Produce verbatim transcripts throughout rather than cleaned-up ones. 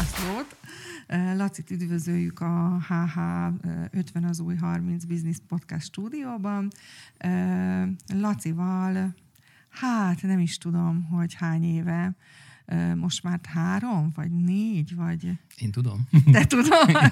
Lászlót. Lacit üdvözöljük a há há ötven az új harminc Business Podcast stúdióban. Lacival, hát nem is tudom, hogy hány éve, most már három, vagy négy, vagy... Én tudom. Te tudod?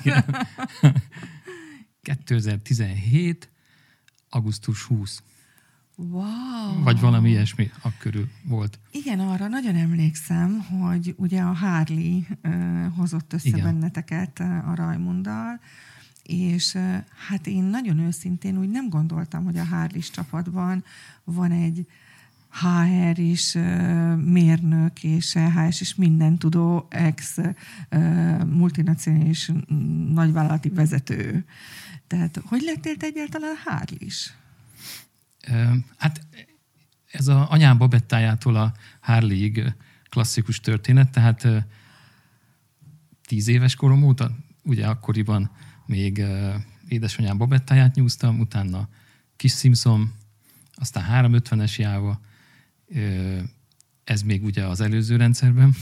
kétezer-tizenhét. augusztus huszadika. Wow. Vagy valami ilyesmi akkörül volt. Igen, arra nagyon emlékszem, hogy ugye a Harley uh, hozott össze Igen. benneteket uh, a Rajmunddal, és uh, hát én nagyon őszintén úgy nem gondoltam, hogy a Harley-s csapatban van egy há er is, uh, mérnök és é há es és mindentudó ex uh, multinacionális nagyvállalati vezető. Tehát hogy lettél te egyáltalán Harley-s? Hát ez az anyám babettájától a Harley-ig klasszikus történet, tehát tíz éves korom óta, ugye akkoriban még édesanyám babettáját nyúztam, utána kis Simpson, aztán háromszázötvenes Jáva, ez még ugye az előző rendszerben.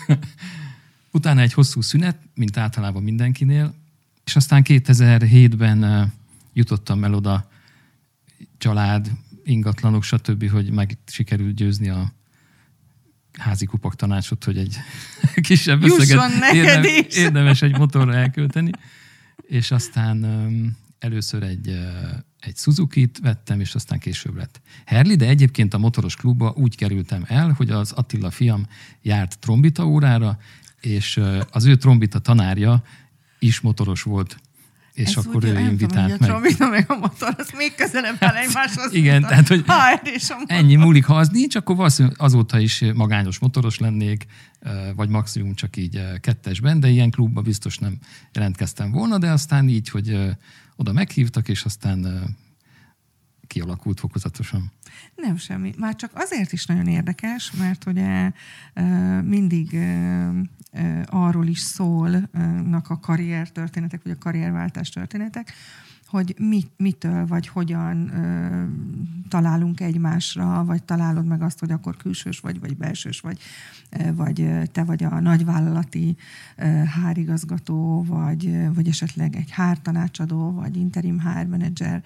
Utána egy hosszú szünet, mint általában mindenkinél, és aztán kétezer-hétben jutottam el oda, család, ingatlanok, stb., hogy meg sikerült győzni a házi kupak tanácsot, hogy egy kisebb összeget érdem, érdemes egy motorra elkölteni. És aztán um, először egy, uh, egy Suzuki-t vettem, és aztán később lett Harley, de egyébként a motoros klubba úgy kerültem el, hogy az Attila fiam járt trombita órára, és uh, az ő trombita tanárja is motoros volt. És ez akkor úgy, ő invitált meg. A trombita meg a motor, az még közelebb áll egymáshoz. Igen, tehát, hogy hát, ennyi múlik, ha az nincs, akkor valószínűleg azóta is magányos motoros lennék, vagy maximum csak így kettesben, de ilyen klubba biztos nem jelentkeztem volna, de aztán így, hogy oda meghívtak, és aztán kialakult fokozatosan. Nem semmi. Már csak azért is nagyon érdekes, mert ugye mindig arról is szólnak a karriertörténetek, vagy a karrierváltás történetek, hogy mit, mitől, vagy hogyan ö, találunk egymásra, vagy találod meg azt, hogy akkor külsős vagy, vagy belsős vagy, vagy te vagy a nagyvállalati hárigazgató, vagy, vagy esetleg egy hártanácsadó, vagy interim hármenedzser.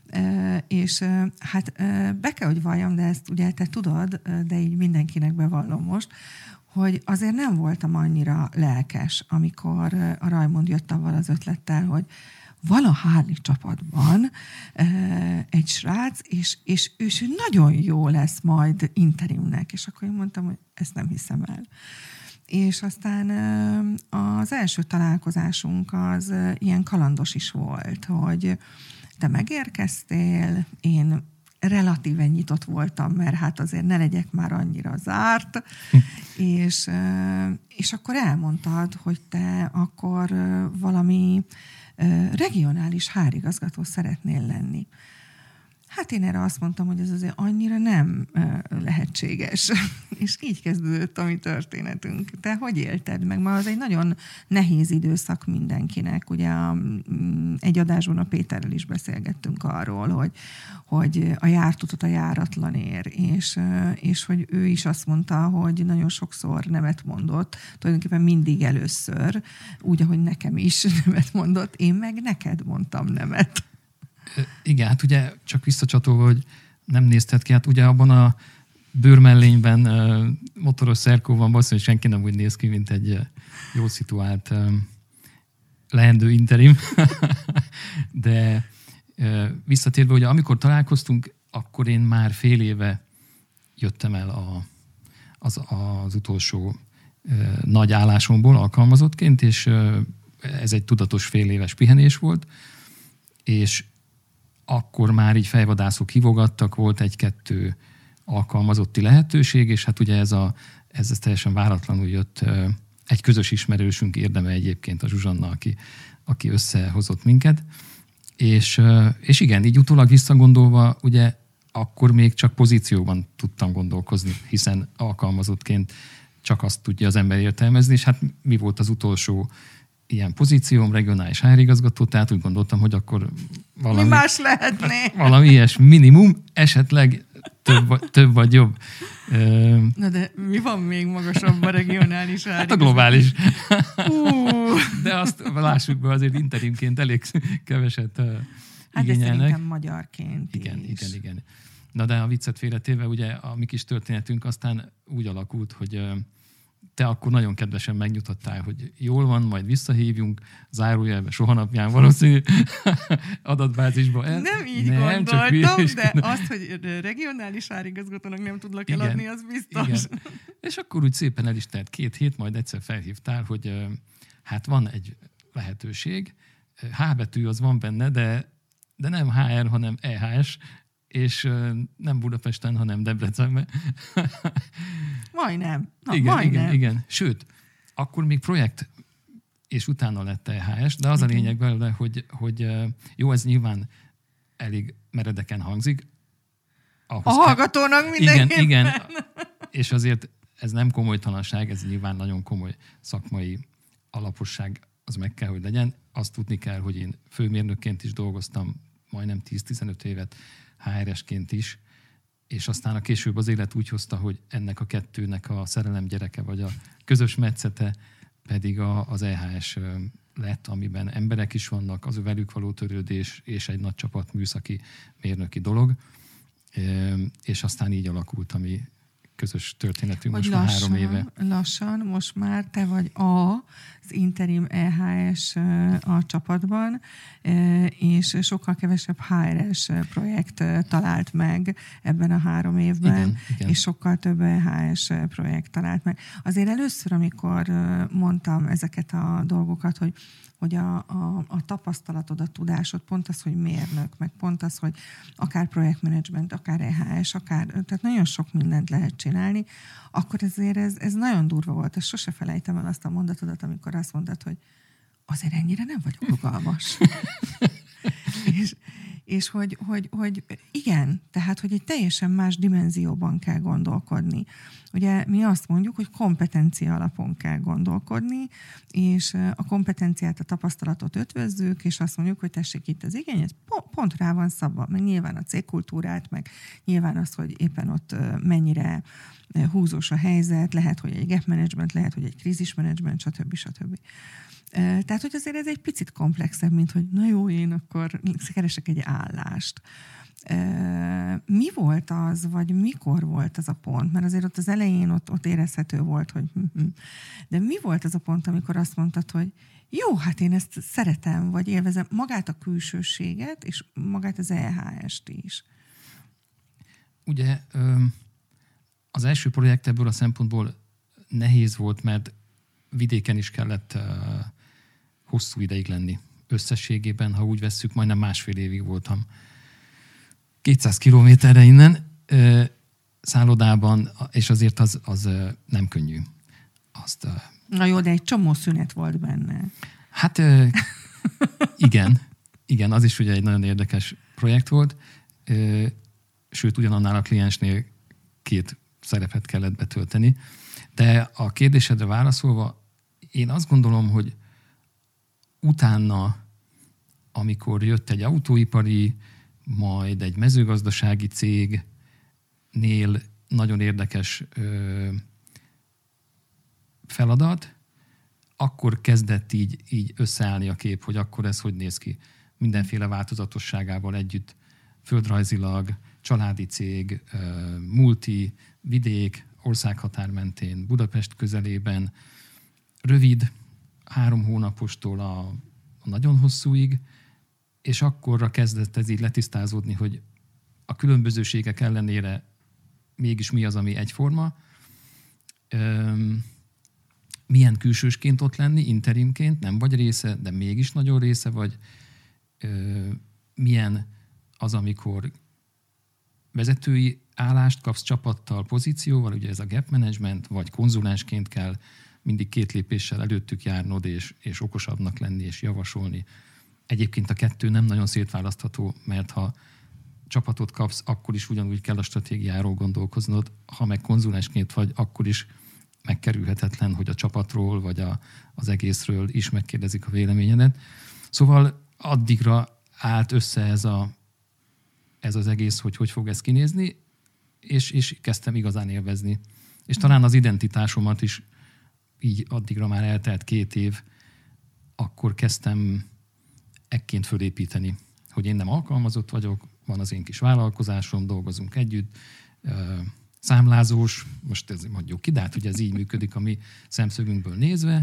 És hát be kell, hogy valljam, de ezt ugye te tudod, de így mindenkinek bevallom most, hogy azért nem voltam annyira lelkes, amikor a Rajmund jött avval az ötlettel, hogy van a Harley csapatban egy srác, és, és ő nagyon jó lesz majd interimnek. És akkor én mondtam, hogy ezt nem hiszem el. És aztán az első találkozásunk az ilyen kalandos is volt, hogy te megérkeztél, én relatíven nyitott voltam, mert hát azért ne legyek már annyira zárt, és, és akkor elmondtad, hogy te akkor valami regionális hárigazgató szeretnél lenni. Hát én erre azt mondtam, hogy ez azért annyira nem lehetséges. És így kezdődött a mi történetünk. Te hogy élted meg? Ma az egy nagyon nehéz időszak mindenkinek. Ugye a, egy adásban a Péterrel is beszélgettünk arról, hogy, hogy a jártutat a járatlan ér, és, és hogy ő is azt mondta, hogy nagyon sokszor nemet mondott, tulajdonképpen mindig először, úgy, ahogy nekem is nemet mondott, én meg neked mondtam nemet. Igen, hát ugye csak visszacsatolva, hogy nem nézted ki, hát ugye abban a bőrmellényben motoros szerkóban valószínűleg senki nem úgy néz ki, mint egy jól szituált leendő interim. De visszatérve, ugye amikor találkoztunk, akkor én már fél éve jöttem el a, az, az utolsó nagy állásomból alkalmazottként, és ez egy tudatos fél éves pihenés volt, és akkor már így fejvadászok hívogattak, volt egy-kettő alkalmazotti lehetőség, és hát ugye ez, a, ez, ez teljesen váratlanul jött. Egy közös ismerősünk érdeme egyébként a Zsuzsanna, aki, aki összehozott minket. És, és igen, így utólag visszagondolva, ugye akkor még csak pozícióban tudtam gondolkozni, hiszen alkalmazottként csak azt tudja az ember értelmezni, és hát mi volt az utolsó ilyen pozícióm, regionális há er igazgató, tehát úgy gondoltam, hogy akkor valami... Mi más lehetné? Valami ilyes minimum, esetleg több, vagy, több vagy jobb. Na de mi van még magasabb a regionális ár? Hát a globális. Uh. De azt lássuk be, azért interimként elég keveset hát igényelnek. Hát szerintem magyarként igen, is. Igen, igen. Na de a viccet félretéve, ugye a mi kis történetünk aztán úgy alakult, hogy te akkor nagyon kedvesen megnyugtattál, hogy jól van, majd visszahívjunk, zárójelbe soha napján valószínű adatbázisba. El. Nem így nem, gondoltam, de azt, hogy regionális árigazgatónak nem tudlak igen, eladni, az biztos. Igen. És akkor úgy szépen el is telt két hét, majd egyszer felhívtál, hogy hát van egy lehetőség, H betű az van benne, de, de nem há er, hanem é há es, és nem Budapesten, hanem Debrecenben. Majdnem. Na, igen, majdnem. igen, igen. Sőt, akkor még projekt, és utána lett é há es, de az a lényeg belőle, hogy, hogy jó, ez nyilván elég meredeken hangzik. Ahhoz a hallgatónak mindenképpen. Igen, igen. És azért ez nem komolytalanság, ez nyilván nagyon komoly szakmai alaposság, az meg kell, hogy legyen. Azt tudni kell, hogy én főmérnökként is dolgoztam majdnem tíz-tizenöt évet, há er esként is, és aztán a később az élet úgy hozta, hogy ennek a kettőnek a szerelem gyereke, vagy a közös metszete pedig a, az é há es lett, amiben emberek is vannak, az velük való törődés, és egy nagy csapat műszaki mérnöki dolog, és aztán így alakult a mi közös történetünk hogy most lassan, már három éve. Lassan, most már te vagy a, az interim é há es a csapatban, és sokkal kevesebb há er es projekt talált meg ebben a három évben, igen, igen. és sokkal több é há es projekt talált meg. Azért először, amikor mondtam ezeket a dolgokat, hogy hogy a, a, a tapasztalatod, a tudásod, pont az, hogy mérnök, meg pont az, hogy akár projektmenedzsment, akár é há es, akár, tehát nagyon sok mindent lehet csinálni, akkor ezért ez, ez nagyon durva volt. Ezt sose felejtem el azt a mondatodat, amikor azt mondtad, hogy azért ennyire nem vagyok rugalmas. és, és hogy, hogy, hogy igen, tehát, hogy egy teljesen más dimenzióban kell gondolkodni. Ugye mi azt mondjuk, hogy kompetencia alapon kell gondolkodni, és a kompetenciát, a tapasztalatot ötvözzük, és azt mondjuk, hogy tessék itt az igény, ez pont rá van szabva, meg nyilván a cégkultúrát, meg nyilván az, hogy éppen ott mennyire húzós a helyzet, lehet, hogy egy gap management, lehet, hogy egy krízismenedzsment, stb. stb. Tehát, hogy azért ez egy picit komplexebb, mint hogy na jó, én akkor keresek egy állást. Mi volt az, vagy mikor volt az a pont? Mert azért ott az elején ott, ott érezhető volt, hogy de mi volt az a pont, amikor azt mondtad, hogy jó, hát én ezt szeretem, vagy élvezem magát a külsőséget, és magát az é há est is? Ugye az első projekt ebből a szempontból nehéz volt, mert vidéken is kellett hosszú ideig lenni. Összességében, ha úgy vesszük, majdnem másfél évig voltam. kétszáz kilométerre innen, szállodában, és azért az, az nem könnyű. Azt, Na jó, de egy csomó szünet volt benne. Hát igen, igen, az is ugye egy nagyon érdekes projekt volt, sőt, ugyanannál a kliensnél két szerepet kellett betölteni. De a kérdésedre válaszolva, én azt gondolom, hogy utána, amikor jött egy autóipari, majd egy mezőgazdasági cégnél nagyon érdekes ö, feladat, akkor kezdett így, így összeállni a kép, hogy akkor ez hogy néz ki. Mindenféle változatosságával együtt, földrajzilag, családi cég, ö, multi, vidék, országhatár mentén, Budapest közelében, rövid, három hónapostól a, a nagyon hosszúig, és akkorra kezdett ez így letisztázódni, hogy a különbözőségek ellenére mégis mi az, ami egyforma. Üm, milyen külsősként ott lenni, interimként, nem vagy része, de mégis nagyon része vagy. Üm, milyen az, amikor vezetői állást kapsz csapattal, pozícióval, ugye ez a gap management, vagy konzulensként kell mindig két lépéssel előttük járnod, és, és okosabbnak lenni, és javasolni. Egyébként a kettő nem nagyon szétválasztható, mert ha csapatot kapsz, akkor is ugyanúgy kell a stratégiáról gondolkoznod, ha meg konzulensként vagy, akkor is megkerülhetetlen, hogy a csapatról, vagy a, az egészről is megkérdezik a véleményedet. Szóval addigra állt össze ez, a, ez az egész, hogy hogy fog ez kinézni, és, és kezdtem igazán élvezni. És talán az identitásomat is így addigra már eltelt két év, akkor kezdtem ekként fölépíteni, hogy én nem alkalmazott vagyok, van az én kis vállalkozásom, dolgozunk együtt, számlázós, most ez mondjuk ki, de hát ugye ez így működik a mi szemszögünkből nézve,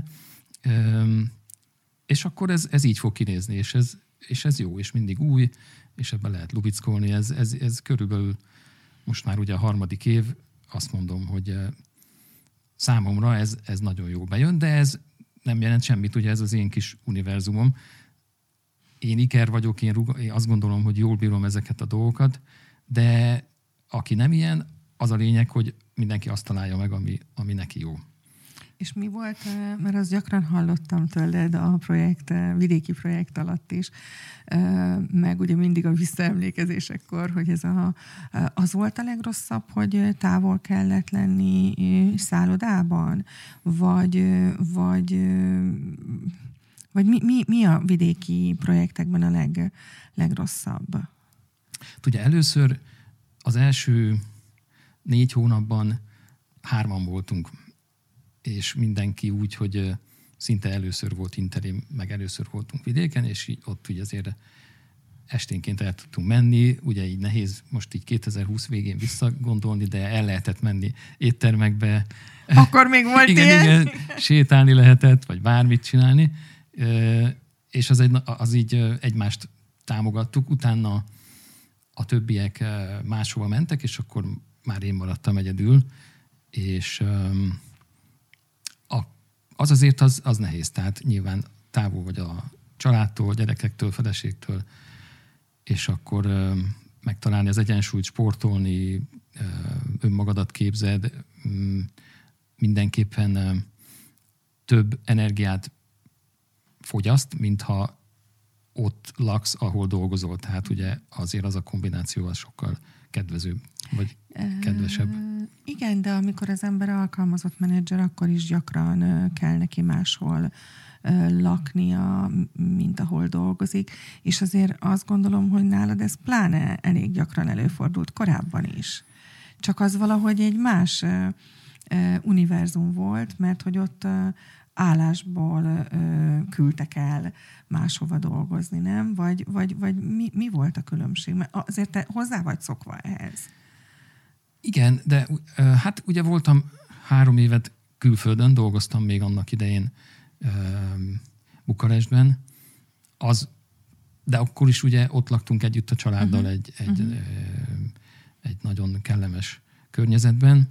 és akkor ez, ez így fog kinézni, és ez, és ez jó, és mindig új, és ebben lehet lubickolni, ez, ez, ez körülbelül most már ugye a harmadik év, azt mondom, hogy számomra ez, ez nagyon jól bejön, de ez nem jelent semmit, ugye ez az én kis univerzumom. Én iker vagyok, én, ruga, én azt gondolom, hogy jól bírom ezeket a dolgokat, de aki nem ilyen, az a lényeg, hogy mindenki azt találja meg, ami, ami neki jó. És mi volt, mert azt gyakran hallottam tőled a projekt, vidéki projekt alatt is, meg ugye mindig a visszaemlékezésekkor, hogy ez a, az volt a legrosszabb, hogy távol kellett lenni szállodában, vagy, vagy, vagy mi, mi, mi a vidéki projektekben a leg, legrosszabb? Ugye először az első négy hónapban hárman voltunk, és mindenki úgy, hogy szinte először volt interim, meg először voltunk vidéken, és így ott ugye azért esténként el tudtunk menni, ugye így nehéz most így kétezer-húsz végén visszagondolni, de el lehetett menni éttermekbe. Akkor még volt igen, ilyen? Igen, sétálni lehetett, vagy bármit csinálni, és az, egy, az így egymást támogattuk, utána a többiek máshova mentek, és akkor már én maradtam egyedül, és az azért az, az nehéz, tehát nyilván távol vagy a családtól, gyerekektől, feleségtől, és akkor ö, megtalálni az egyensúlyt, sportolni, ö, önmagadat képzed, ö, mindenképpen ö, több energiát fogyaszt, mintha ott laksz, ahol dolgozol. Tehát ugye azért az a kombináció az sokkal kedvezőbb, vagy kedvesebb. Igen, de amikor az ember alkalmazott menedzser, akkor is gyakran kell neki máshol laknia, mint ahol dolgozik, és azért azt gondolom, hogy nálad ez pláne elég gyakran előfordult korábban is. Csak az valahogy egy más univerzum volt, mert hogy ott állásból küldtek el máshova dolgozni, nem? Vagy, vagy, vagy mi, mi volt a különbség? Mert azért te hozzá vagy szokva ehhez. Igen, de hát ugye voltam három évet külföldön, dolgoztam még annak idején Bukarestben, az, de akkor is ugye ott laktunk együtt a családdal uh-huh. egy, egy, uh-huh. egy nagyon kellemes környezetben.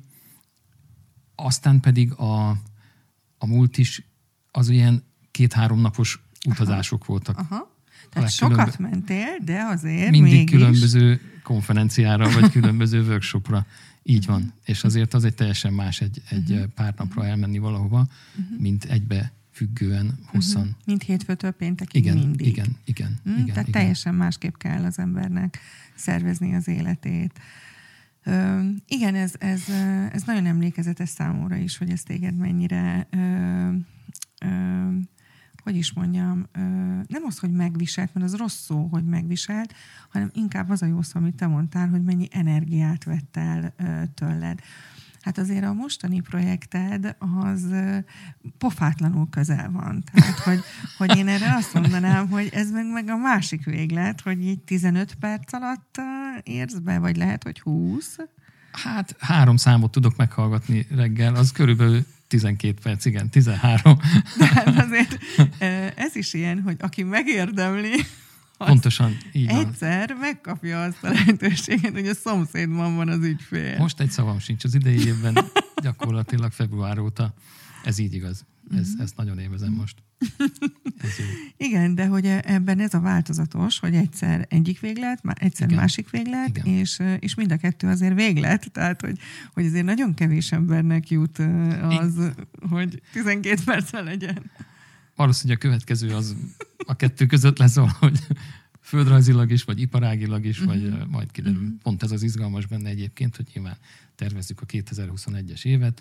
Aztán pedig a, a múlt is az ilyen két-három napos utazások aha. voltak. Aha. Tehát sokat mentél, de azért mindig mégis... különböző konferenciára, vagy különböző workshopra. Így van. És azért az egy teljesen más egy, egy uh-huh. pár napra elmenni valahova, uh-huh. mint egybe függően, hosszan. Uh-huh. Mint hétfőtől péntekig igen, mindig. Igen, igen, mm, igen. Tehát igen. teljesen másképp kell az embernek szervezni az életét. Ö, igen, ez, ez, ez nagyon emlékezetes számomra is, hogy ez téged mennyire... Ö, ö, hogy is mondjam, nem az, hogy megviselt, mert az rossz szó, hogy megviselt, hanem inkább az a jó szó, amit te mondtál, hogy mennyi energiát vett el tőled. Hát azért a mostani projekted az pofátlanul közel van. Tehát, hogy, hogy én erre azt mondanám, hogy ez meg, meg a másik véglet, hogy így tizenöt perc alatt érsz be, vagy lehet, hogy húsz? Hát három számot tudok meghallgatni reggel, az körülbelül tizenkét perc, igen, tizenhárom. De hát azért ez is ilyen, hogy aki megérdemli, pontosan, így van. Egyszer megkapja azt a lehetőséget, hogy a szomszédban van az ügyfél. Most egy szavam sincs az idei évben, gyakorlatilag február óta. Ez így igaz. Ez, ezt nagyon élvezem most. Ez jó. Igen, de hogy ebben ez a változatos, hogy egyszer egyik véglet, egyszer igen. másik véglet, és, és mind a kettő azért véglet, tehát hogy, hogy azért nagyon kevés embernek jut az, Én... hogy tizenkét perccel legyen. Valószínűleg a következő az a kettő között lesz valahogy földrajzilag is, vagy iparágilag is, uh-huh. vagy majd kiderül. Uh-huh. Pont ez az izgalmas benne egyébként, hogy nyilván tervezzük a kétezer-huszonegyes évet,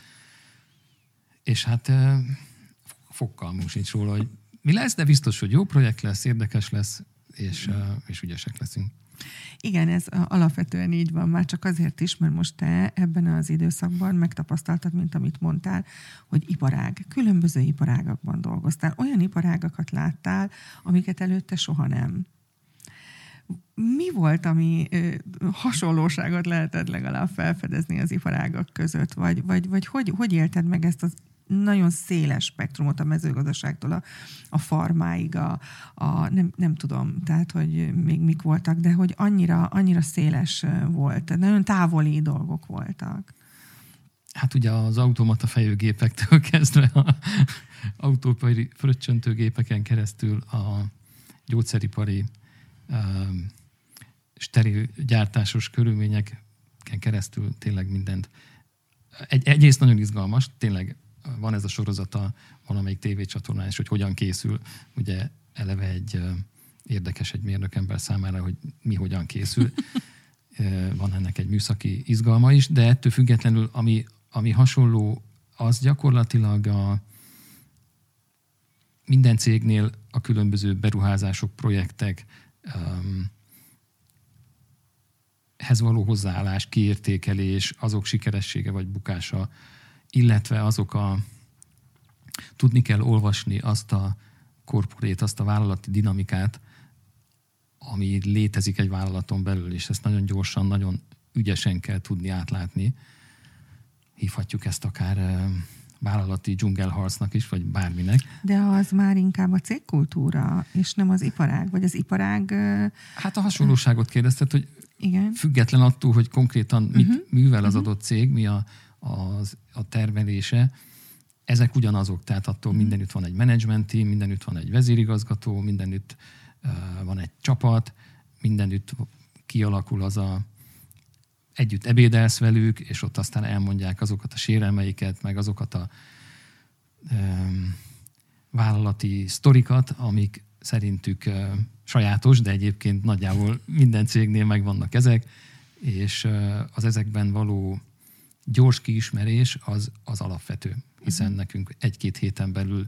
és hát fogalmunk sincs róla, hogy mi lesz, de biztos, hogy jó projekt lesz, érdekes lesz, és, és ügyesek leszünk. Igen, ez alapvetően így van, már csak azért is, mert most te ebben az időszakban megtapasztaltad, mint amit mondtál, hogy iparág, különböző iparágakban dolgoztál, olyan iparágakat láttál, amiket előtte soha nem. Mi volt, ami ö, hasonlóságot lehetett legalább felfedezni az iparágak között, vagy, vagy, vagy hogy, hogy élted meg ezt az nagyon széles spektrumot a mezőgazdaságtól a, a farmáig, a, a nem, nem tudom, tehát, hogy még mik voltak, de hogy annyira, annyira széles volt, nagyon távoli dolgok voltak. Hát ugye az automata fejőgépektől kezdve az autóipari fröccsöntőgépeken keresztül a gyógyszeripari um, steril gyártásos körülményeken keresztül tényleg mindent. Egy, egyrészt nagyon izgalmas, tényleg van ez a sorozata valamelyik tévécsatornán is, hogy hogyan készül. Ugye eleve egy uh, érdekes egy mérnökember számára, hogy mi hogyan készül. uh, van ennek egy műszaki izgalma is, de ettől függetlenül, ami, ami hasonló, az gyakorlatilag a minden cégnél a különböző beruházások, projektek, um, hez való hozzáállás, kiértékelés, azok sikeressége vagy bukása, illetve azok a, tudni kell olvasni azt a korporét, azt a vállalati dinamikát, ami létezik egy vállalaton belül, és ezt nagyon gyorsan, nagyon ügyesen kell tudni átlátni. Hívhatjuk ezt akár vállalati dzsungelharcnak is, vagy bárminek. De az már inkább a cégkultúra, és nem az iparág, vagy az iparág... Hát a hasonlóságot kérdezted, hogy igen. Független attól, hogy konkrétan mit uh-huh. művel az uh-huh. adott cég, mi a, az, a termelése, ezek ugyanazok, tehát attól uh-huh. mindenütt van egy management team, mindenütt van egy vezérigazgató, mindenütt uh, van egy csapat, mindenütt kialakul az a együtt ebédelsz velük, és ott aztán elmondják azokat a sérelmeiket, meg azokat a um, vállalati sztorikat, amik szerintük uh, sajátos, de egyébként nagyjából minden cégnél megvannak ezek, és uh, az ezekben való gyors kiismerés az, az alapvető, hiszen uh-huh. nekünk egy-két héten belül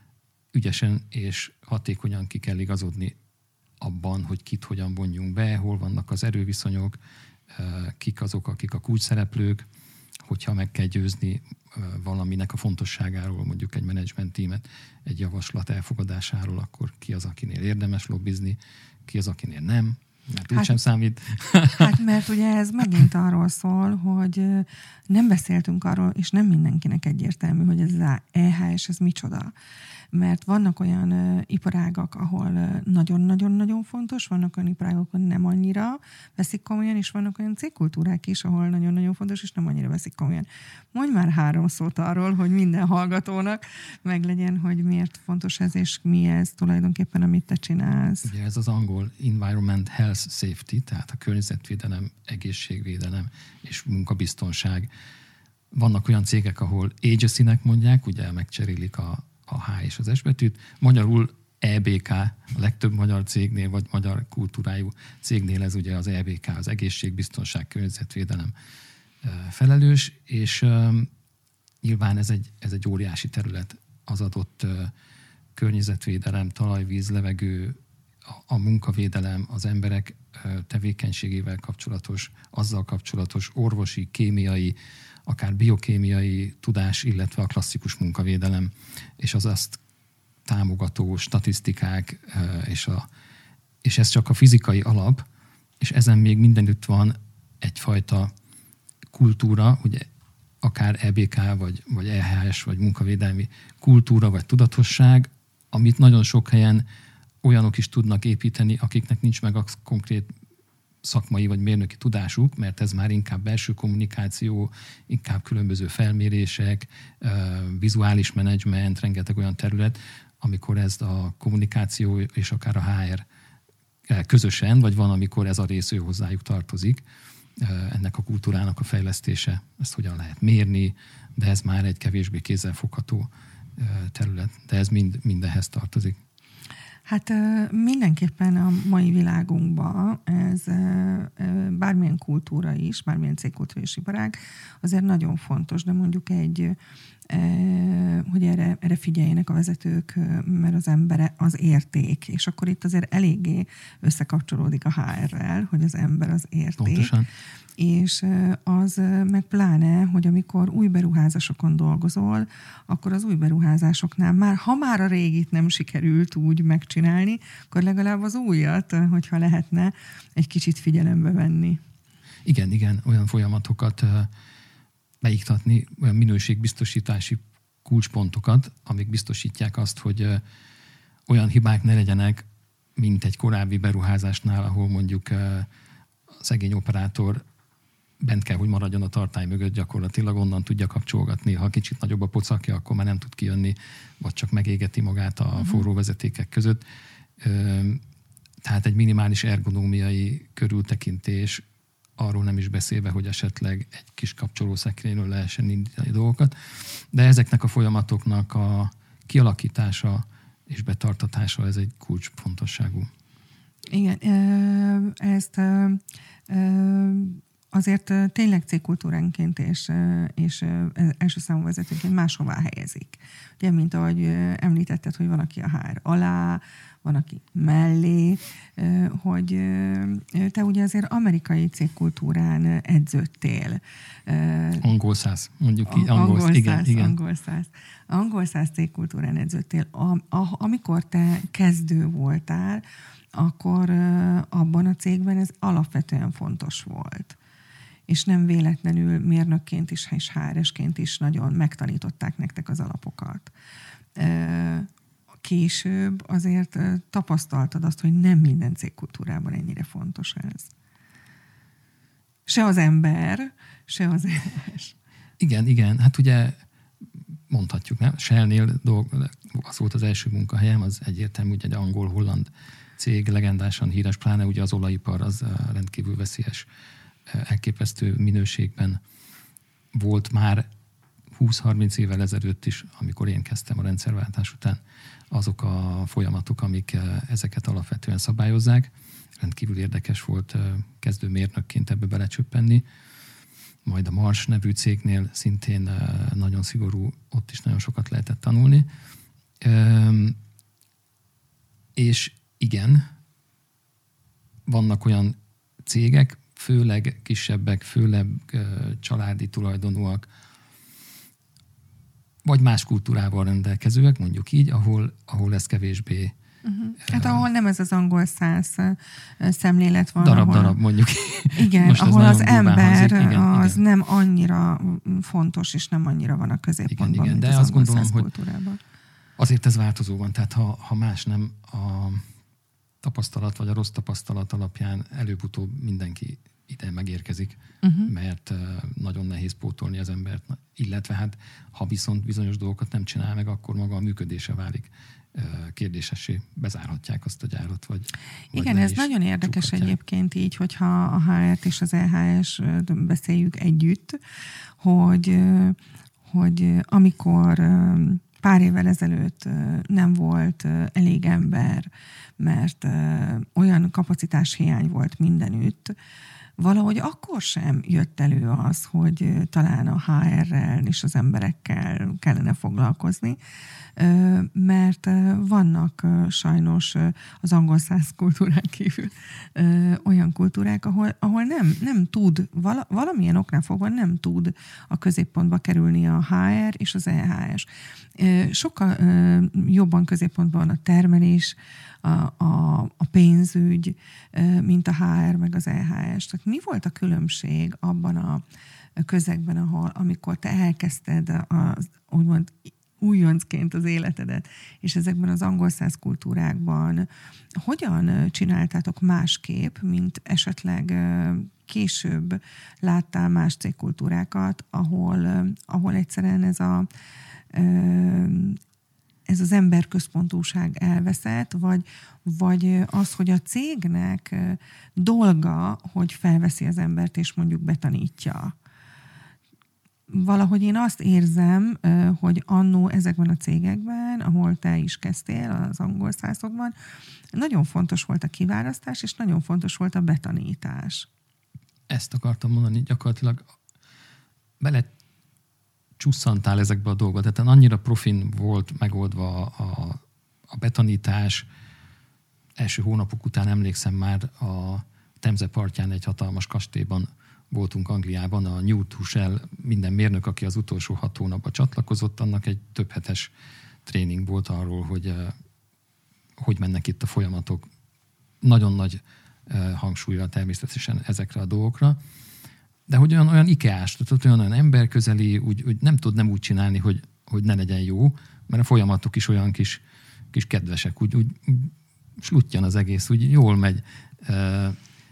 ügyesen és hatékonyan ki kell igazodni abban, hogy kit hogyan vonjunk be, hol vannak az erőviszonyok, uh, kik azok, akik a kulcsszereplők, hogyha meg kell győzni valaminek a fontosságáról, mondjuk egy menedzsment tímet, egy javaslat elfogadásáról, akkor ki az, akinél érdemes lobbizni, ki az, akinél nem, mert hát, úgysem számít. Hát mert ugye ez megint arról szól, hogy nem beszéltünk arról, és nem mindenkinek egyértelmű, hogy ez az é há es, ez micsoda. Mert vannak olyan uh, iparágak, ahol uh, nagyon-nagyon-nagyon fontos, vannak olyan iparágok, ahol nem annyira veszik komolyan, és vannak olyan cégkultúrák is, ahol nagyon-nagyon fontos, és nem annyira veszik komolyan. Mondj már három szót arról, hogy minden hallgatónak meglegyen, hogy miért fontos ez, és mi ez tulajdonképpen, amit te csinálsz. Ugye ez az angol environment, health, safety, tehát a környezetvédelem, egészségvédelem és munkabiztonság. Vannak olyan cégek, ahol agency-nek mondják, ugye megcserélik a a H és az S betűt. Magyarul é bé ká, a legtöbb magyar cégnél, vagy magyar kultúrájú cégnél ez ugye az é bé ká, az egészségbiztonság, környezetvédelem felelős, és um, nyilván ez egy, ez egy óriási terület, az adott uh, környezetvédelem, talajvíz, levegő, a, a munkavédelem, az emberek uh, tevékenységével kapcsolatos, azzal kapcsolatos orvosi, kémiai, akár biokémiai tudás, illetve a klasszikus munkavédelem, és az azt támogató statisztikák, és, a, és ez csak a fizikai alap, és ezen még mindenütt van egyfajta kultúra, ugye akár é bé ká, vagy, vagy é há es, vagy munkavédelmi kultúra, vagy tudatosság, amit nagyon sok helyen olyanok is tudnak építeni, akiknek nincs meg a konkrét szakmai vagy mérnöki tudásuk, mert ez már inkább belső kommunikáció, inkább különböző felmérések, vizuális menedzsment, rengeteg olyan terület, amikor ez a kommunikáció és akár a há er közösen, vagy van, amikor ez a rész ő hozzájuk tartozik, ennek a kultúrának a fejlesztése, ezt hogyan lehet mérni, de ez már egy kevésbé kézzelfogható terület, de ez mind, mindenhez tartozik. Hát mindenképpen a mai világunkban ez bármilyen cégkultúra is, mármilyen cégkultúra és iparág, azért nagyon fontos, de mondjuk egy, hogy erre, erre figyeljenek a vezetők, mert az embere az érték, és akkor itt azért eléggé összekapcsolódik a há er-rel, hogy az ember az érték. Pontosan. És az meg pláne, hogy amikor új beruházásokon dolgozol, akkor az új beruházásoknál már, ha már a régit nem sikerült úgy megcsinálni, akkor legalább az újat, hogyha lehetne, egy kicsit figyelembe venni. Igen, igen, olyan folyamatokat beiktatni, olyan minőségbiztosítási kulcspontokat, amik biztosítják azt, hogy olyan hibák ne legyenek, mint egy korábbi beruházásnál, ahol mondjuk a szegény operátor bent kell, hogy maradjon a tartály mögött, gyakorlatilag onnan tudja kapcsolgatni. Ha kicsit nagyobb a pocakja, akkor már nem tud kijönni, vagy csak megégeti magát a uh-huh. forró vezetékek között. Tehát egy minimális ergonómiai körültekintés, arról nem is beszélve, hogy esetleg egy kis kapcsolószekrényről lehessen indítani dolgokat. De ezeknek a folyamatoknak a kialakítása és betartatása, ez egy kulcsfontosságú. Igen, ezt azért tényleg cégkultúránként és, és első számú vezetőként máshová helyezik. Ugye, mint ahogy említetted, hogy van, aki a há er alá, van, aki mellé, hogy te ugye azért amerikai cégkultúrán edződtél. Angol száz, mondjuk így. Angol, angol száz, igen, igen. Angol száz. Angol száz cégkultúrán edződtél. A, a, amikor te kezdő voltál, akkor abban a cégben ez alapvetően fontos volt. És nem véletlenül mérnökként is, és há er esként is nagyon megtanították nektek az alapokat. Később azért tapasztaltad azt, hogy nem minden cégkultúrában ennyire fontos ez. Se az ember, se az es. Igen, igen. Hát ugye mondhatjuk, nem? Shell-nél dolg, az volt az első munkahelyem, az egyértelmű, hogy egy angol-holland cég, legendásan híres, pláne ugye az olajipar az rendkívül veszélyes, elképesztő minőségben volt már húsz-harminc évvel ezelőtt is, amikor én kezdtem a rendszerváltás után, azok a folyamatok, amik ezeket alapvetően szabályozzák. Rendkívül érdekes volt kezdő mérnökként ebbe belecsöppenni. Majd a Mars nevű cégnél szintén nagyon szigorú, ott is nagyon sokat lehetett tanulni. És igen, vannak olyan cégek, főleg kisebbek, főleg családi tulajdonúak, vagy más kultúrával rendelkezőek, mondjuk így, ahol, ahol ez kevésbé... Uh-huh. Hát ahol nem ez az angol száz szemlélet van. Darab-darab ahol, mondjuk. Igen, ahol az ember igen, az igen. nem annyira fontos, és nem annyira van a középpontban, igen, igen. mint De az azt angol gondolom, száz hogy kultúrában. Azért ez változó van, tehát ha, ha más nem, a tapasztalat vagy a rossz tapasztalat alapján előbb-utóbb mindenki ide megérkezik, uh-huh. mert nagyon nehéz pótolni az embert, illetve hát ha viszont bizonyos dolgokat nem csinál meg, akkor maga a működése válik kérdésessé, bezárhatják azt a gyárat, vagy igen, vagy ez nagyon érdekes csukhatják. Egyébként így, hogyha a há er-t és az é há es beszéljük együtt, hogy, hogy amikor pár évvel ezelőtt nem volt elég ember, mert olyan kapacitáshiány volt mindenütt, valahogy akkor sem jött elő az, hogy talán a há er-rel és az emberekkel kellene foglalkozni, mert vannak sajnos az angol száz kultúrán kívül olyan kultúrák, ahol, ahol nem, nem tud, vala, valamilyen oknál fogva nem tud a középpontba kerülni a há er és az é há es. Sokkal jobban középpontban van a termelés, a, a, a pénzügy, mint a há er meg az é há es. Tehát mi volt a különbség abban a közegben, ahol, amikor te elkezdted az, úgymond újoncként az életedet, és ezekben az angol száz kultúrákban hogyan csináltátok másképp, mint esetleg később láttál más cégkultúrákat, ahol, ahol egyszerűen ez a ez az emberközpontúság elveszett, vagy, vagy az, hogy a cégnek dolga, hogy felveszi az embert, és mondjuk betanítja. Valahogy én azt érzem, hogy annó ezekben a cégekben, ahol te is kezdtél, az angol százokban, nagyon fontos volt a kiválasztás, és nagyon fontos volt a betanítás. ezt akartam mondani, gyakorlatilag bele csusszantál ezekbe a dolgokba. Tehát annyira profin volt megoldva a, a betanítás. Első hónapok után emlékszem már a Temze partján egy hatalmas kastélyban voltunk Angliában, a Newt Hushell, minden mérnök, aki az utolsó hat hónapban csatlakozott, annak egy több hetes tréning volt arról, hogy hogy mennek itt a folyamatok. Nagyon nagy hangsúlyra természetesen ezekre a dolgokra. De hogy olyan, olyan ikeás, tehát olyan, olyan emberközeli, úgy, úgy nem tud nem úgy csinálni, hogy, hogy ne legyen jó, mert a folyamatok is olyan kis, kis kedvesek, úgy, úgy, úgy sluttyan az egész, úgy jól megy, uh,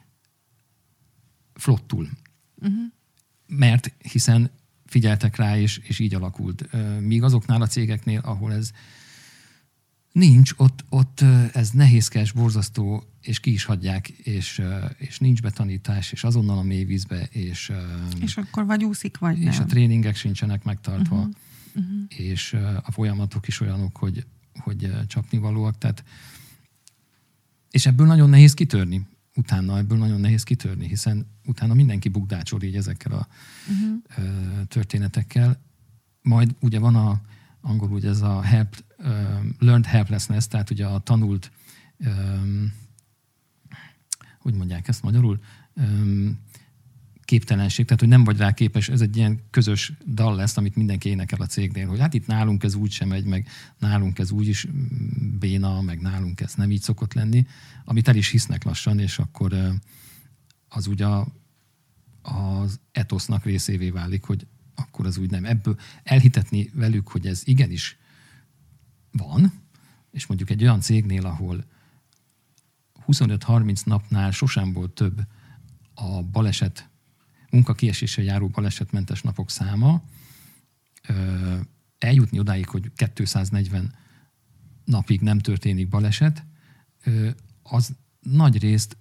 flottul. Uh-huh. Mert hiszen figyeltek rá, és, és így alakult. Uh, míg azoknál a cégeknél, ahol ez nincs, ott, ott ez nehézkes, borzasztó, és ki is hagyják, és, és nincs betanítás, és azonnal a mélyvízbe, és, és akkor vagy úszik, vagy és nem. a tréningek sincsenek megtartva, uh-huh. Uh-huh. és a folyamatok is olyanok, hogy, hogy csapnivalóak. Tehát, és ebből nagyon nehéz kitörni. Utána ebből nagyon nehéz kitörni, hiszen utána mindenki bukdácsol így ezekkel a uh-huh. történetekkel. Majd ugye van a angolul ugye ez a help, uh, learned helplessness, tehát ugye a tanult, um, hogy mondják ezt magyarul, um, képtelenség, tehát hogy nem vagy rá képes, ez egy ilyen közös dal lesz, amit mindenki énekel a cégnél, hogy hát itt nálunk ez úgy sem megy, meg nálunk ez úgy is béna, meg nálunk ez nem így szokott lenni, amit el is hisznek lassan, és akkor uh, az ugye a, az etosznak részévé válik, hogy akkor az úgy nem. Ebből elhitetni velük, hogy ez igenis van, és mondjuk egy olyan cégnél, ahol huszonöt-harminc napnál sosem volt több a baleset, munkakieséssel járó balesetmentes napok száma, eljutni odáig, hogy kétszáznegyven napig nem történik baleset, az nagy részt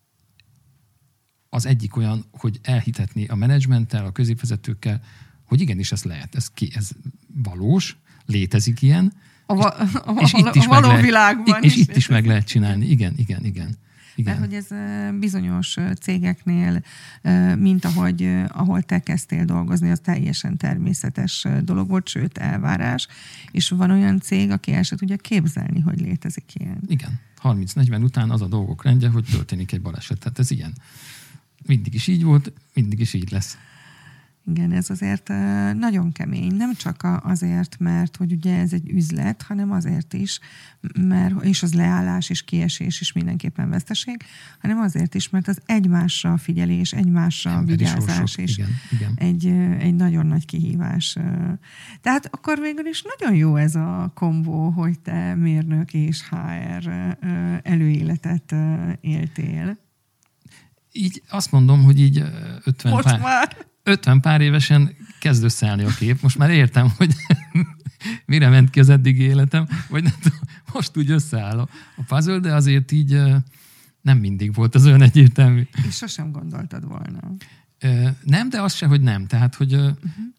az egyik olyan, hogy elhitetni a menedzsmenttel, a középvezetőkkel, hogy igenis ez lehet, ez, ki, ez valós, létezik ilyen, a, va- a, és, és itt is a való meg világban lehet, és is. itt is meg lehet csinálni. Igen, igen, igen. Igen. Mert hogy ez bizonyos cégeknél, mint ahogy, ahol te kezdtél dolgozni, az teljesen természetes dolog volt, sőt elvárás, és van olyan cég, aki el se tudja képzelni, hogy létezik ilyen. Igen. harminc-negyven után az a dolgok rendje, hogy történik egy baleset. Tehát ez ilyen. Mindig is így volt, mindig is így lesz. Igen, ez azért nagyon kemény. Nem csak azért, mert hogy ugye ez egy üzlet, hanem azért is, mert, és az leállás és kiesés is mindenképpen veszteség, hanem azért is, mert az egymásra figyelés, egymásra Emberi vigyázás sorsok, és igen, igen. Egy, egy nagyon nagy kihívás. Tehát akkor végül is nagyon jó ez a kombó, hogy te mérnök és há er előéletet éltél. Így azt mondom, hogy így ötven Most pár... már... ötven pár évesen kezd összeállni a kép. Most már értem, hogy mire ment ki az eddigi életem, vagy nem tudom, most úgy összeáll a puzzle, de azért így nem mindig volt az olyan egyértelmű. És sosem gondoltad volna. Nem, de az se, hogy nem. Tehát, hogy uh-huh.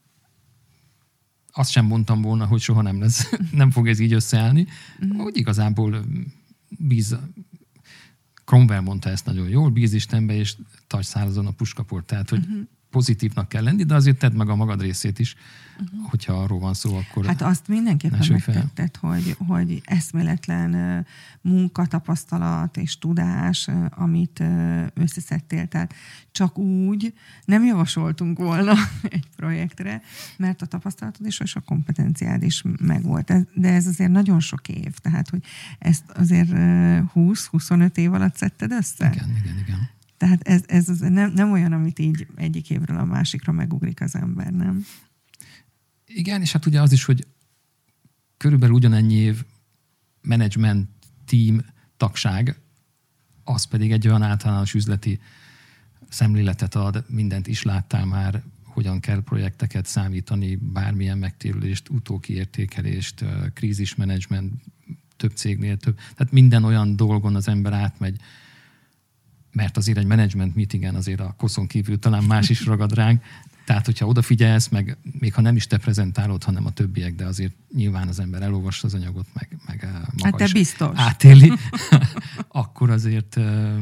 azt sem mondtam volna, hogy soha nem lesz, nem fog ez így összeállni. Uh-huh. Hogy igazából bíz... Cromwell mondta ezt nagyon jól, bíz Istenbe, és tarts szárazon a puskaport. Tehát, hogy uh-huh. pozitívnak kell lenni, de azért tedd meg a magad részét is, uh-huh. hogyha arról van szó, akkor... Hát azt mindenképpen megtetted, hogy, hogy eszméletlen munkatapasztalat és tudás, amit összeszedtél. Tehát csak úgy nem javasoltunk volna egy projektre, mert a tapasztalatod is és a kompetenciád is megvolt. De ez azért nagyon sok év. Tehát, hogy ezt azért húsz-huszonöt év alatt szedted össze? Igen, igen, igen. Tehát ez, ez nem, nem olyan, amit így egyik évről a másikra megugrik az ember, nem? Igen, és hát ugye az is, hogy körülbelül ugyanennyi év management team tagság, az pedig egy olyan általános üzleti szemléletet ad, mindent is láttál már, hogyan kell projekteket számítani, bármilyen megtérülést, utókiértékelést, krízismenedzsment, több cégnél több. Tehát minden olyan dolgon az ember átmegy, mert azért egy management meetingen azért a koszon kívül talán más is ragad ránk. Tehát, hogyha odafigyelsz, meg még ha nem is te prezentálod, hanem a többiek, de azért nyilván az ember elolvassa az anyagot, meg, meg maga hát te is biztos. átéli, akkor azért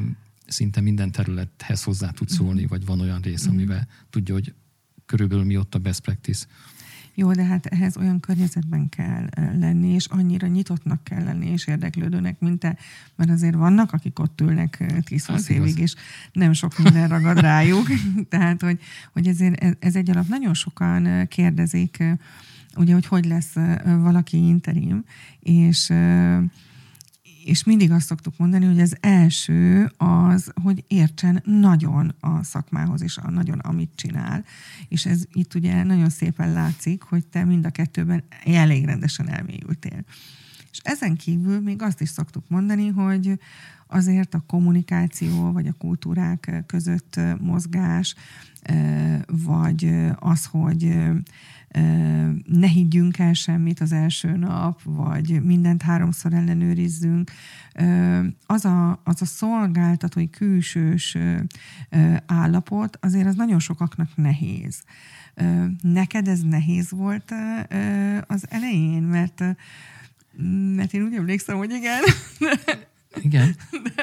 szinte minden területhez hozzá tud szólni, vagy van olyan rész, amivel tudja, hogy körülbelül mi ott a best practice. Jó, de hát ehhez olyan környezetben kell lenni, és annyira nyitottnak kell lenni, és érdeklődőnek, mint te, mert azért vannak, akik ott ülnek tíz-húsz hát évig, és nem sok minden ragad rájuk. Tehát, hogy, hogy ezért ez egy alap. Nagyon sokan kérdezik, ugye, hogy hogy lesz valaki interim, és és mindig azt szoktuk mondani, hogy az első az, hogy értsen nagyon a szakmához, és a nagyon, amit csinál. És ez itt ugye nagyon szépen látszik, hogy te mind a kettőben elég rendesen elmélyültél. És ezen kívül még azt is szoktuk mondani, hogy azért a kommunikáció, vagy a kultúrák között mozgás, vagy az, hogy ne higgyünk el semmit az első nap, vagy mindent háromszor ellenőrizzünk. Az a, az a szolgáltatói külsős állapot azért az nagyon sokaknak nehéz. Neked ez nehéz volt az elején? Mert, mert én úgy emlékszem, hogy igen. Igen.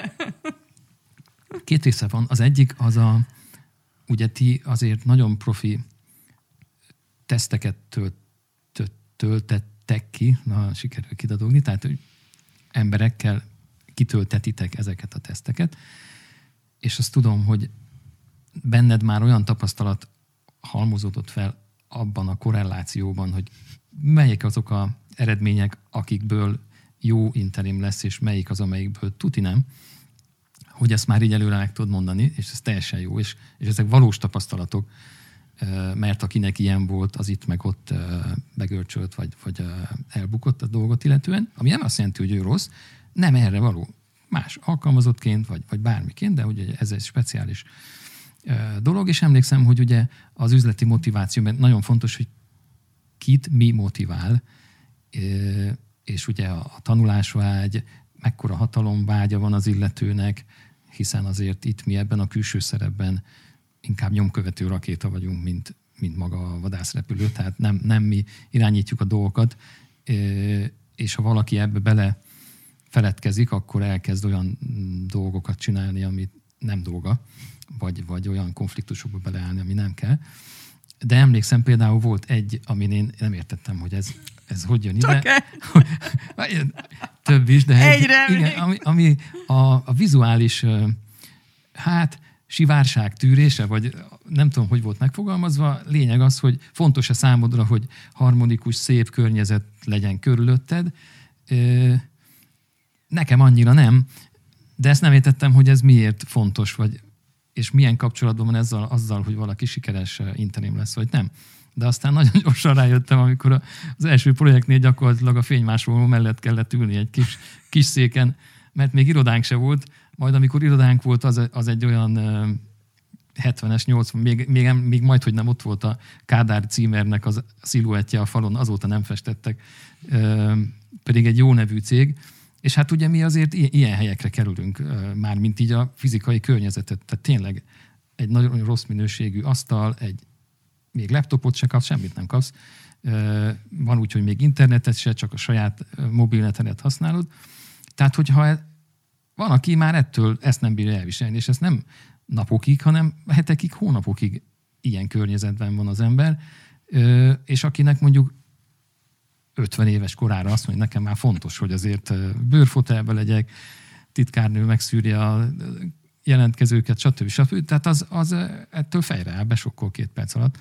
Két része van. Az egyik az a, ugye ti azért nagyon profi teszteket tölt, tölt, töltettek ki, na, sikerül kidadogni, tehát hogy emberekkel kitöltetitek ezeket a teszteket, és azt tudom, hogy benned már olyan tapasztalat halmozódott fel abban a korrelációban, hogy melyek azok az eredmények, akikből jó interim lesz, és melyik az, amelyikből tuti nem, hogy ezt már így előre meg tudod mondani, és ez teljesen jó, és, és ezek valós tapasztalatok, mert akinek ilyen volt, az itt meg ott begörcsölt, vagy, vagy elbukott a dolgot illetően, ami nem azt jelenti, hogy ő rossz, nem erre való. Más alkalmazottként, vagy, vagy bármiként, de ugye ez egy speciális dolog, és emlékszem, hogy ugye az üzleti motivációban nagyon fontos, hogy kit mi motivál, és ugye a tanulásvágy, mekkora hatalomvágya van az illetőnek, hiszen azért itt mi ebben a külső szerepben inkább nyomkövető rakéta vagyunk, mint, mint maga a vadászrepülő, tehát nem, nem mi irányítjuk a dolgokat, és ha valaki ebbe bele feledkezik, akkor elkezd olyan dolgokat csinálni, ami nem dolga, vagy, vagy olyan konfliktusokba beleállni, ami nem kell. De emlékszem, például volt egy, amin én nem értettem, hogy ez, ez hogy jön ide. Több is, de Egyre egy, igen, ami, ami a, a vizuális hát sivárság tűrése, vagy nem tudom, hogy volt megfogalmazva, lényeg az, hogy fontos-e számodra, hogy harmonikus, szép környezet legyen körülötted. Nekem annyira nem, de ezt nem értettem, hogy ez miért fontos, vagy, és milyen kapcsolatban van ezzel, azzal, hogy valaki sikeres interim lesz, vagy nem. De aztán nagyon gyorsan rájöttem, amikor az első projektnél gyakorlatilag a fénymásoló mellett kellett ülni egy kis, kis széken, mert még irodánk se volt, majd amikor irodánk volt, az, az egy olyan hetvenes, nyolcvan, még, még, még majd, hogy nem ott volt a Kádár címernek az sziluettje a falon, azóta nem festettek, pedig egy jó nevű cég, és hát ugye mi azért ilyen helyekre kerülünk, már mint így a fizikai környezetet, tehát tényleg egy nagyon rossz minőségű asztal, egy még laptopot se kapsz, semmit nem kapsz, van úgy, hogy még internetet se, csak a saját mobilnetedet használod, tehát hogyha van, aki már ettől ezt nem bírja elviselni, és ez nem napokig, hanem hetekig, hónapokig ilyen környezetben van az ember, és akinek mondjuk ötven éves korára azt mondja, nekem már fontos, hogy azért bőrfotelbe legyek, titkárnő megszűrje a jelentkezőket, stb. stb. Tehát az, az ettől fejre áll, besokkol két perc alatt.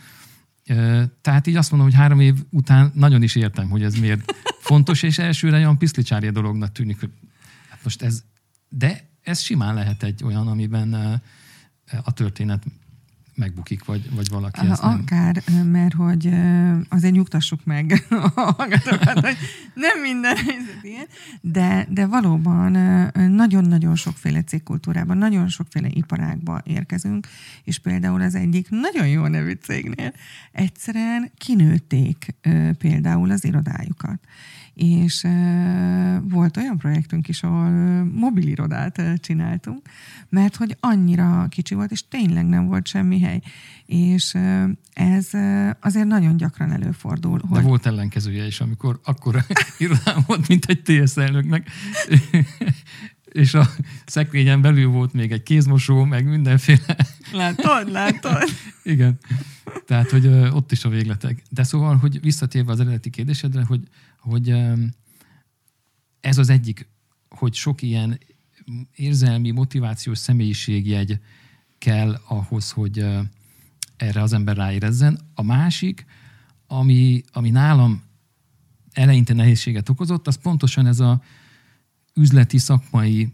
Tehát így azt mondom, hogy három év után nagyon is értem, hogy ez miért fontos, és elsőre olyan piszlicsária dolognak tűnik, hogy hát most ez, de ez simán lehet egy olyan, amiben a történet megbukik, vagy, vagy valaki ezt nem... Akár, mert hogy azért nyugtassuk meg a hallgatókat, hogy nem minden helyzet ilyen, de, de valóban nagyon-nagyon sokféle cégkultúrában, nagyon sokféle iparágba érkezünk, és például az egyik nagyon jó nevű cégnél egyszerűen kinőtték például az irodájukat. És uh, volt olyan projektünk is, ahol uh, mobilirodát uh, csináltunk, mert hogy annyira kicsi volt, és tényleg nem volt semmi hely. És uh, ez uh, azért nagyon gyakran előfordul. De hogy... volt ellenkezője is, amikor akkora irodám volt, mint egy té es elnöknek, és a szekrényen belül volt még egy kézmosó, meg mindenféle. Látod, látod? Igen. Tehát, hogy ott is a végletek. De szóval, hogy visszatérve az eredeti kérdésedre, hogy, hogy ez az egyik, hogy sok ilyen érzelmi, motivációs személyiségjegy kell ahhoz, hogy erre az ember ráérezzen. A másik, ami, ami nálam eleinte nehézséget okozott, az pontosan ez a üzleti, szakmai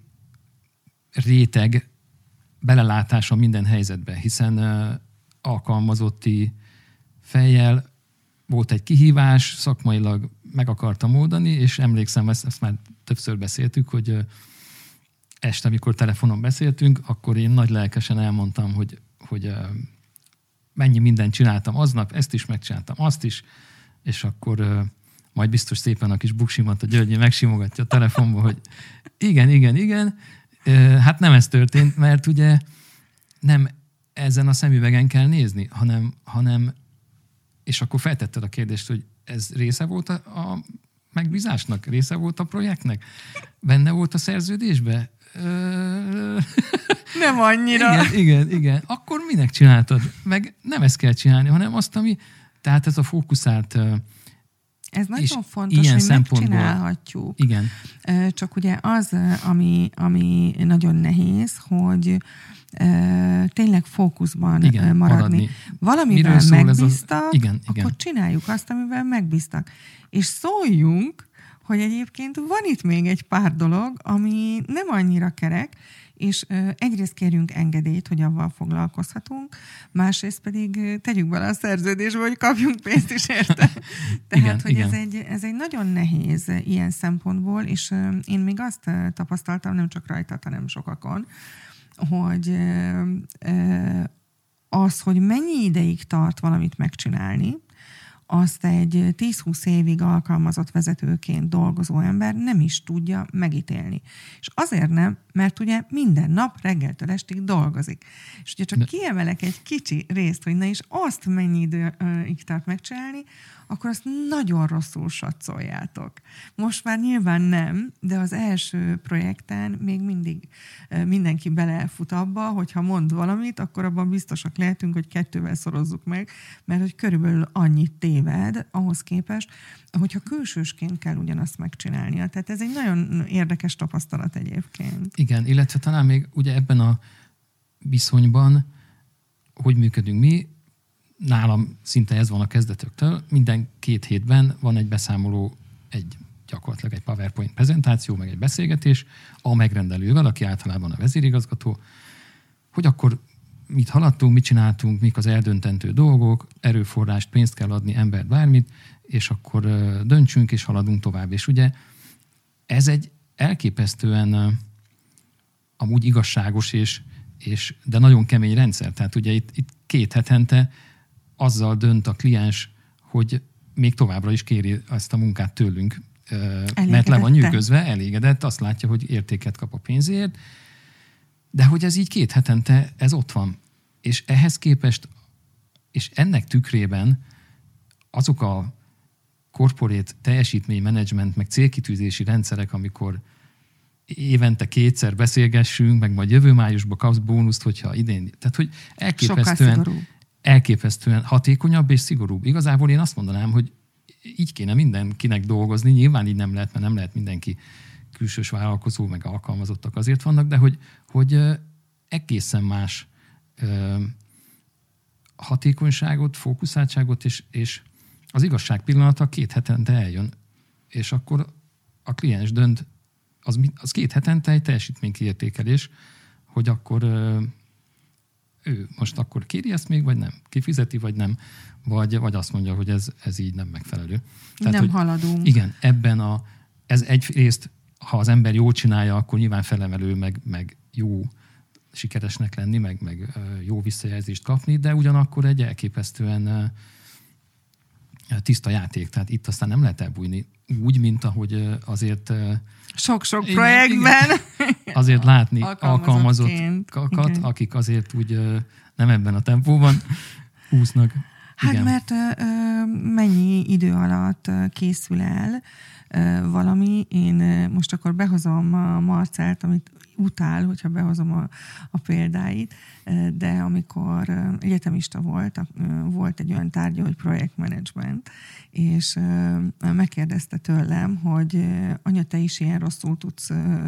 réteg belelátása minden helyzetbe, hiszen uh, alkalmazotti fejjel volt egy kihívás, szakmailag meg akartam oldani, és emlékszem, ezt, ezt már többször beszéltük, hogy uh, este, amikor telefonon beszéltünk, akkor én nagy lelkesen elmondtam, hogy, hogy uh, mennyi mindent csináltam aznap, ezt is megcsináltam, azt is, és akkor uh, majd biztos szépen a kis buksimat a Györgyi megsimogatja a telefonba, hogy igen, igen, igen. Hát nem ez történt, mert ugye nem ezen a szemüvegen kell nézni, hanem, hanem és akkor feltetted a kérdést, hogy ez része volt a, a megbízásnak, része volt a projektnek, benne volt a szerződésbe? Ö... Nem annyira. Igen, igen, igen. Akkor minek csináltad? Meg nem ezt kell csinálni, hanem azt, ami... Tehát ez a fókuszált... Ez nagyon fontos, hogy megcsinálhatjuk. Igen. Csak ugye az, ami, ami nagyon nehéz, hogy tényleg fókuszban igen, maradni. maradni. Valamivel megbíztak, az... igen, igen. akkor csináljuk azt, amivel megbíztak. És szóljunk, hogy egyébként van itt még egy pár dolog, ami nem annyira kerek, és egyrészt kérjünk engedélyt, hogy avval foglalkozhatunk, másrészt pedig tegyük bele a szerződésbe, hogy kapjunk pénzt is érte. Tehát, igen, hogy igen. Ez, egy, ez egy nagyon nehéz ilyen szempontból, és én még azt tapasztaltam, nem csak rajtad, hanem sokakon, hogy az, hogy mennyi ideig tart valamit megcsinálni, azt egy tíz-húsz évig alkalmazott vezetőként dolgozó ember nem is tudja megítélni. És azért nem, mert ugye minden nap reggeltől estig dolgozik. És ugye csak De... kiemelek egy kicsi részt, hogy na is azt mennyi időig tart megcsinálni, akkor azt nagyon rosszul satszoljátok. Most már nyilván nem, de az első projekten még mindig mindenki belefut abba, hogyha mond valamit, akkor abban biztosak lehetünk, hogy kettővel szorozzuk meg, mert hogy körülbelül annyit téved ahhoz képest, hogyha külsősként kell ugyanazt megcsinálnia. Tehát ez egy nagyon érdekes tapasztalat egyébként. Igen, illetve talán még ugye ebben a viszonyban, hogy működünk mi, nálam szinte ez van a kezdetektől. Minden két hétben van egy beszámoló, egy gyakorlatilag egy PowerPoint prezentáció, meg egy beszélgetés a megrendelővel, aki általában a vezérigazgató, hogy akkor mit haladtunk, mit csináltunk, mik az eldöntendő dolgok, erőforrást, pénzt kell adni, embert, bármit, és akkor döntsünk, és haladunk tovább. És ugye ez egy elképesztően amúgy igazságos, és, és, de nagyon kemény rendszer. Tehát ugye itt, itt két hetente azzal dönt a kliens, hogy még továbbra is kéri ezt a munkát tőlünk, elégedette. Mert le van nyűgözve, elégedett, azt látja, hogy értéket kap a pénzért, de hogy ez így két hetente, ez ott van. És ehhez képest, és ennek tükrében azok a corporate teljesítménymenedzsment, meg célkitűzési rendszerek, amikor évente kétszer beszélgessünk, meg majd jövő májusban kapsz bónuszt, hogyha idén. Tehát, hogy elképesztően, elképesztően hatékonyabb és szigorúbb. Igazából én azt mondanám, hogy így kéne mindenkinek dolgozni. Nyilván így nem lehet, mert nem lehet mindenki külsős vállalkozó, meg alkalmazottak azért vannak, de hogy, hogy egészen más hatékonyságot, fókuszáltságot, és, és az igazság pillanata két hetente eljön, és akkor a kliens dönt, az, az két hetente egy teljesítménykiértékelés, hogy akkor ő most akkor kéri ezt még, vagy nem? Kifizeti, vagy nem? Vagy, vagy azt mondja, hogy ez, ez így nem megfelelő. Tehát, nem hogy, haladunk. Igen, ebben a, ez egyrészt, ha az ember jól csinálja, akkor nyilván felemelő, meg, meg jó sikeresnek lenni, meg, meg jó visszajelzést kapni, de ugyanakkor egy elképesztően tiszta játék. Tehát itt aztán nem lehet elbújni úgy, mint ahogy azért... Sok-sok igen, projektben. Igen, azért látni alkalmazottakat, akik azért úgy nem ebben a tempóban úsznak. Hát Igen. mert ö, mennyi idő alatt készül el ö, valami. Én most akkor behozom a Marcelt, amit utál, hogyha behozom a, a példáit, de amikor egyetemista volt, volt egy olyan tárgya, hogy projektmenedzsment, és megkérdezte tőlem, hogy anya, te is ilyen rosszul tudsz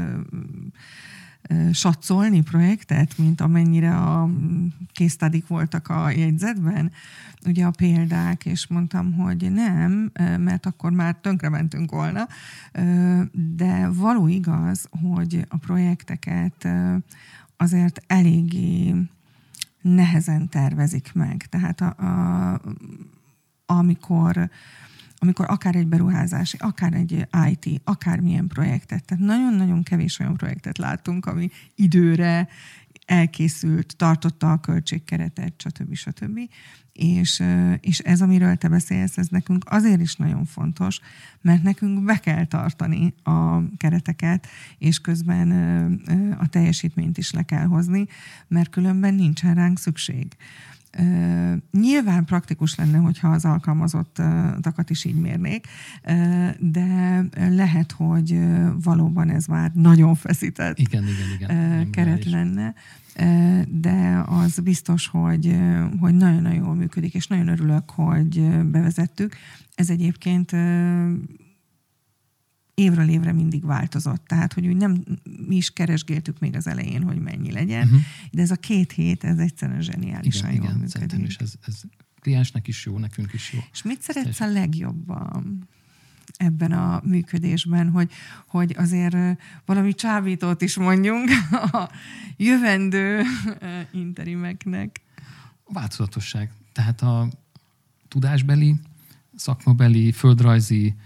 satszolni projektet, mint amennyire a késztadik voltak a jegyzetben, ugye a példák, és mondtam, hogy nem, mert akkor már tönkre mentünk volna, de való igaz, hogy a projekteket azért eléggé nehezen tervezik meg. Tehát a, a, amikor amikor akár egy beruházási, akár egy i té, akármilyen projektet, tehát nagyon-nagyon kevés olyan projektet látunk, ami időre elkészült, tartotta a költségkeretet, stb. stb. És, és ez, amiről te beszélsz, ez nekünk azért is nagyon fontos, mert nekünk be kell tartani a kereteket, és közben a teljesítményt is le kell hozni, mert különben nincsen ránk szükség. Uh, nyilván praktikus lenne, hogyha az alkalmazottakat is így mérnék, uh, de lehet, hogy uh, valóban ez már nagyon feszített igen, igen, igen. Uh, keret lenne, uh, de az biztos, hogy, uh, hogy nagyon-nagyon jól működik, és nagyon örülök, hogy uh, bevezettük. Ez egyébként uh, évről évre mindig változott. Tehát, hogy úgy nem mi is keresgéltük még az elején, hogy mennyi legyen, uh-huh. de ez a két hét, ez egyszerűen zseniálisan igen, jól igen, működik. És ez, ez kliensnek is jó, nekünk is jó. És mit szeretsz a legjobban ebben a működésben, hogy, hogy azért valami csábítót is mondjunk a jövendő interimeknek? A változatosság. Tehát a tudásbeli, szakmabeli, földrajzi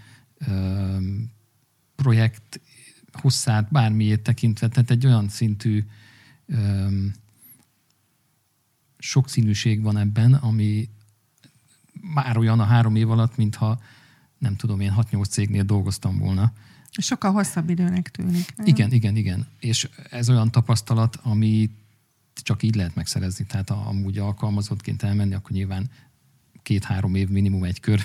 projekt hosszát, bármiét tekintve, tehát egy olyan szintű öm, sokszínűség van ebben, ami már olyan a három év alatt, mintha nem tudom, én hat-nyolc cégnél dolgoztam volna. Sokkal hosszabb időnek tűnik. Nem? Igen, igen, igen. És ez olyan tapasztalat, ami csak így lehet megszerezni. Tehát ha amúgy alkalmazottként elmenni, akkor nyilván két-három év minimum egy kör.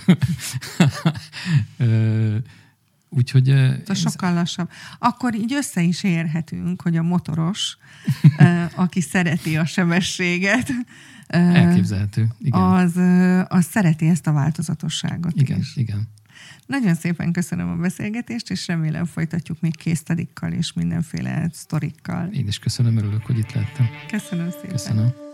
Úgyhogy... Ez sokkal lassabb. Akkor így össze is érhetünk, hogy a motoros, aki szereti a sebességet, elképzelhető. Igen. Az, az szereti ezt a változatosságot igen, is. Igen. Nagyon szépen köszönöm a beszélgetést, és remélem folytatjuk még késztadikkal és mindenféle sztorikkal. Én is köszönöm, örülök, hogy itt lettem. Köszönöm szépen. Köszönöm.